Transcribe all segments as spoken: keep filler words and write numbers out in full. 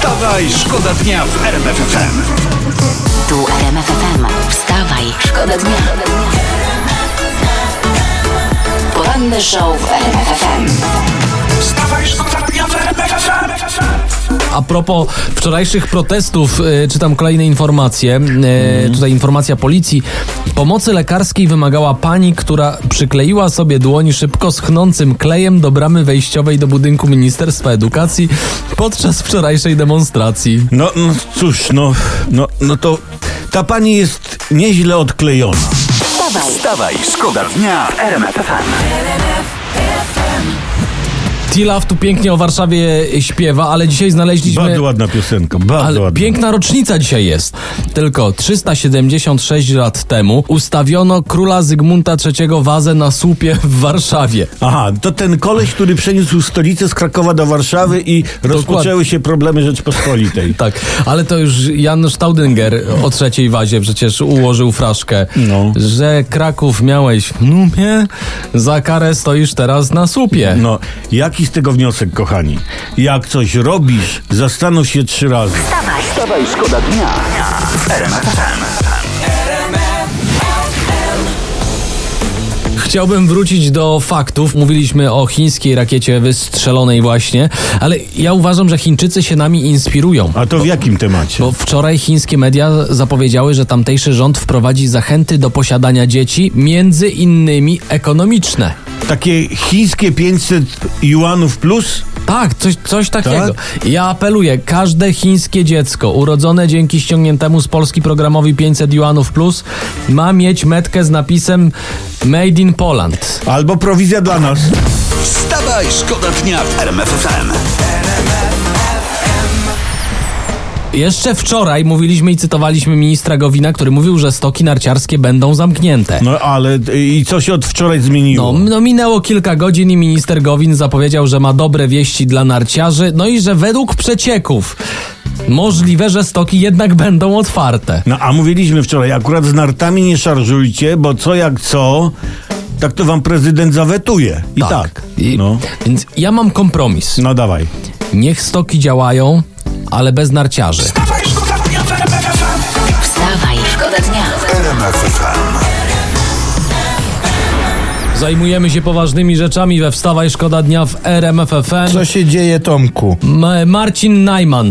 Wstawaj, szkoda dnia w R M F F M. Tu R M F F M. Wstawaj, szkoda dnia. Poranny show w R M F F M. Wstawaj, szkoda dnia w R M F F M. A propos wczorajszych protestów, y, czytam kolejne informacje. Y, mm. Tutaj informacja policji. Pomocy lekarskiej wymagała pani, która przykleiła sobie dłoń szybko schnącym klejem do bramy wejściowej do budynku Ministerstwa Edukacji podczas wczorajszej demonstracji. No, no cóż, no, no, no to ta pani jest nieźle odklejona. Wstawaj, Wstawaj, szkoda dnia w R M F F M. T-Love tu pięknie o Warszawie śpiewa, ale dzisiaj znaleźliśmy... Bardzo ładna piosenka, bardzo Ale ładna. piękna rocznica dzisiaj jest. Tylko trzysta siedemdziesiąt sześć lat temu ustawiono króla Zygmunta trzeciego wazę na słupie w Warszawie. Aha, to ten koleś, który przeniósł stolicę z Krakowa do Warszawy i rozpoczęły się problemy Rzeczpospolitej. Tak, ale to już Jan Staudinger o trzeciej wazie przecież ułożył fraszkę, No. że Kraków miałeś w numie, za karę stoisz teraz na słupie. No, jaki z tego wniosek, kochani? Jak coś robisz, zastanów się trzy razy. Wstawaj, szkoda dnia w R M F F M. Chciałbym wrócić do faktów. Mówiliśmy o chińskiej rakiecie wystrzelonej właśnie, ale ja uważam, że Chińczycy się nami inspirują. A to w jakim temacie? Bo wczoraj chińskie media zapowiedziały, że tamtejszy rząd wprowadzi zachęty do posiadania dzieci, między innymi ekonomiczne. Takie chińskie pięćset juanów plus? Tak, coś, coś takiego. Ja apeluję, każde chińskie dziecko urodzone dzięki ściągniętemu z Polski programowi pięćset juanów plus ma mieć metkę z napisem Made in Poland. Albo prowizja dla nas. Wstawaj, szkoda dnia w R M F F M. Jeszcze wczoraj mówiliśmy i cytowaliśmy ministra Gowina, który mówił, że stoki narciarskie będą zamknięte. No ale i co się od wczoraj zmieniło? No, no minęło kilka godzin i minister Gowin zapowiedział, że ma dobre wieści dla narciarzy, no i że według przecieków możliwe, że stoki jednak będą otwarte. No a mówiliśmy wczoraj, akurat z nartami nie szarżujcie, bo co jak co, tak to wam prezydent zawetuje. I tak. I, No. Więc ja mam kompromis. No dawaj. Niech stoki działają, ale bez narciarzy. Wstawaj, szkoda dnia w R M F F M. wstawaj, szkoda dnia. R M F F M. Zajmujemy się poważnymi rzeczami we Wstawaj Szkoda Dnia w R M F F M. Co się dzieje, Tomku? M- Marcin Najman.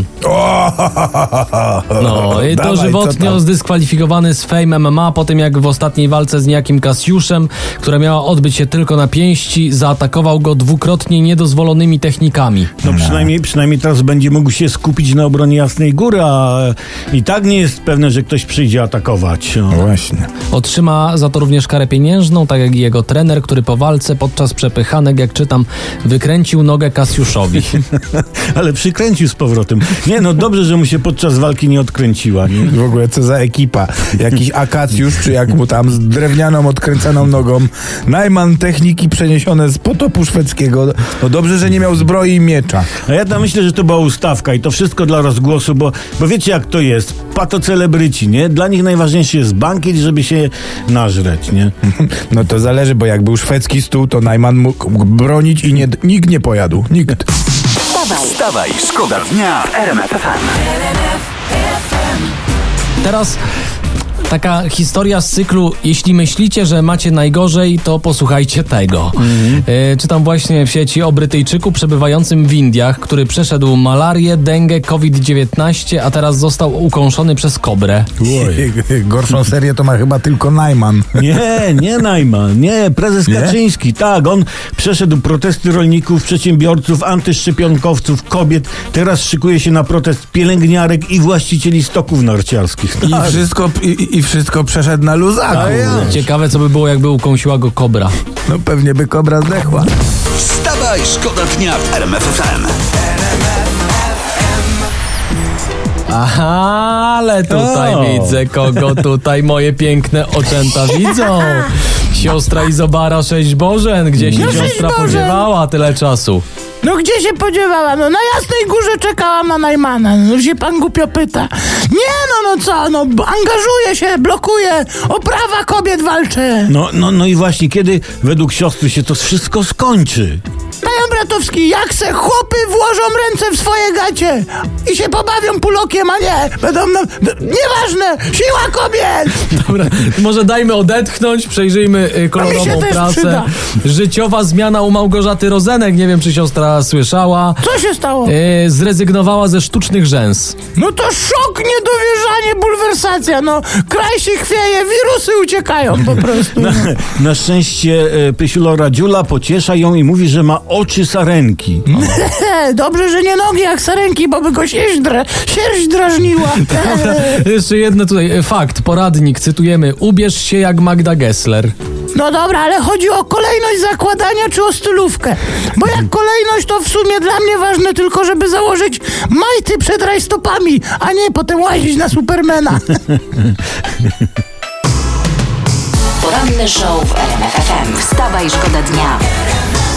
No i Dawaj, co dożywotnio tam? zdyskwalifikowany z Fame M M A po tym, jak w ostatniej walce z niejakim Kasiuszem, która miała odbyć się tylko na pięści, zaatakował go dwukrotnie niedozwolonymi technikami. No przynajmniej, przynajmniej teraz będzie mógł się skupić na obronie Jasnej Góry, a i tak nie jest pewne, że ktoś przyjdzie atakować. No. Właśnie. Otrzyma za to również karę pieniężną, tak jak i jego trener, który po walce podczas przepychanek, jak czytam, wykręcił nogę Kasiuszowi. Ale przykręcił z powrotem. Nie, no dobrze, że mu się podczas walki nie odkręciła. Nie? W ogóle co za ekipa. Jakiś Akacjusz, czy jak mu tam z drewnianą, odkręcaną nogą. Najman, techniki przeniesione z potopu szwedzkiego. No dobrze, że nie miał zbroi i miecza. A ja tam myślę, że to była ustawka i to wszystko dla rozgłosu, bo, bo wiecie jak to jest. Patocelebryci, nie? Dla nich najważniejszy jest bankiet, żeby się nażreć, nie? No to zależy, bo jak był szwedzki stół, to Najman mógł bronić i nie, nikt nie pojadł. Nikt. Wstawaj, Wstawaj, szkoda dnia w R M F F M. Teraz taka historia z cyklu: jeśli myślicie, że macie najgorzej, to posłuchajcie tego. Mhm. E, czytam właśnie w sieci o Brytyjczyku przebywającym w Indiach, który przeszedł malarię, dengę, COVID dziewiętnaście, a teraz został ukąszony przez kobrę. Gorszą serię to ma chyba tylko Najman. Nie, nie Najman, nie, prezes Nie? Kaczyński, tak, on przeszedł protesty rolników, przedsiębiorców, antyszczepionkowców, kobiet, teraz szykuje się na protest pielęgniarek i właścicieli stoków narciarskich. I Tak. wszystko, i, i wszystko przeszedł na luzaku. Ciekawe, co by było, jakby ukąsiła go kobra. No pewnie by kobra zdechła. Wstawaj, szkoda dnia w R M F F M. Aha, ale tutaj O. widzę, kogo tutaj moje piękne oczęta widzą. Siostra Izobara, sześć Bożen, gdzie się No, sześć siostra Bożen. podziewała tyle czasu? No gdzie się podziewałam? No na Jasnej Górze czekałam na Najmana. No się pan głupio pyta. Nie no, no co, no b- angażuję się, blokuję, o prawa kobiet walczę. No, no, no i właśnie, kiedy według siostry się to wszystko skończy? Panią Olbratowski, jak se chłopy włożą ręce w swoje gacie i się pobawią pulokiem, a nie, będą, no, d- nieważne, siła kobiet! Dobra, może dajmy odetchnąć, przejrzyjmy y, A mi kolorową się też prasę. przyda. Życiowa zmiana u Małgorzaty Rozenek, nie wiem, czy siostra słyszała. Co się stało? Y, zrezygnowała ze sztucznych rzęs. No to szok, niedowierzanie, bulwersacja, no, kraj się chwieje, wirusy uciekają po prostu. Na, na szczęście e, Pysiulo Radziula pociesza ją i mówi, że ma oczy sarenki. Dobrze, że nie nogi jak sarenki, bo by go sierść, dra- sierść drażniła. Jeszcze jedno tutaj, y, fakt, poradnik, cytujemy. Ubierz się jak Magda Gessler. No dobra, ale chodzi o kolejność zakładania czy o stylówkę? Bo jak kolejność, to w sumie dla mnie ważne tylko, żeby założyć majty przed rajstopami, a nie potem łazić na Supermana. Poranny show w R M F F M. Wstawaj, szkoda dnia.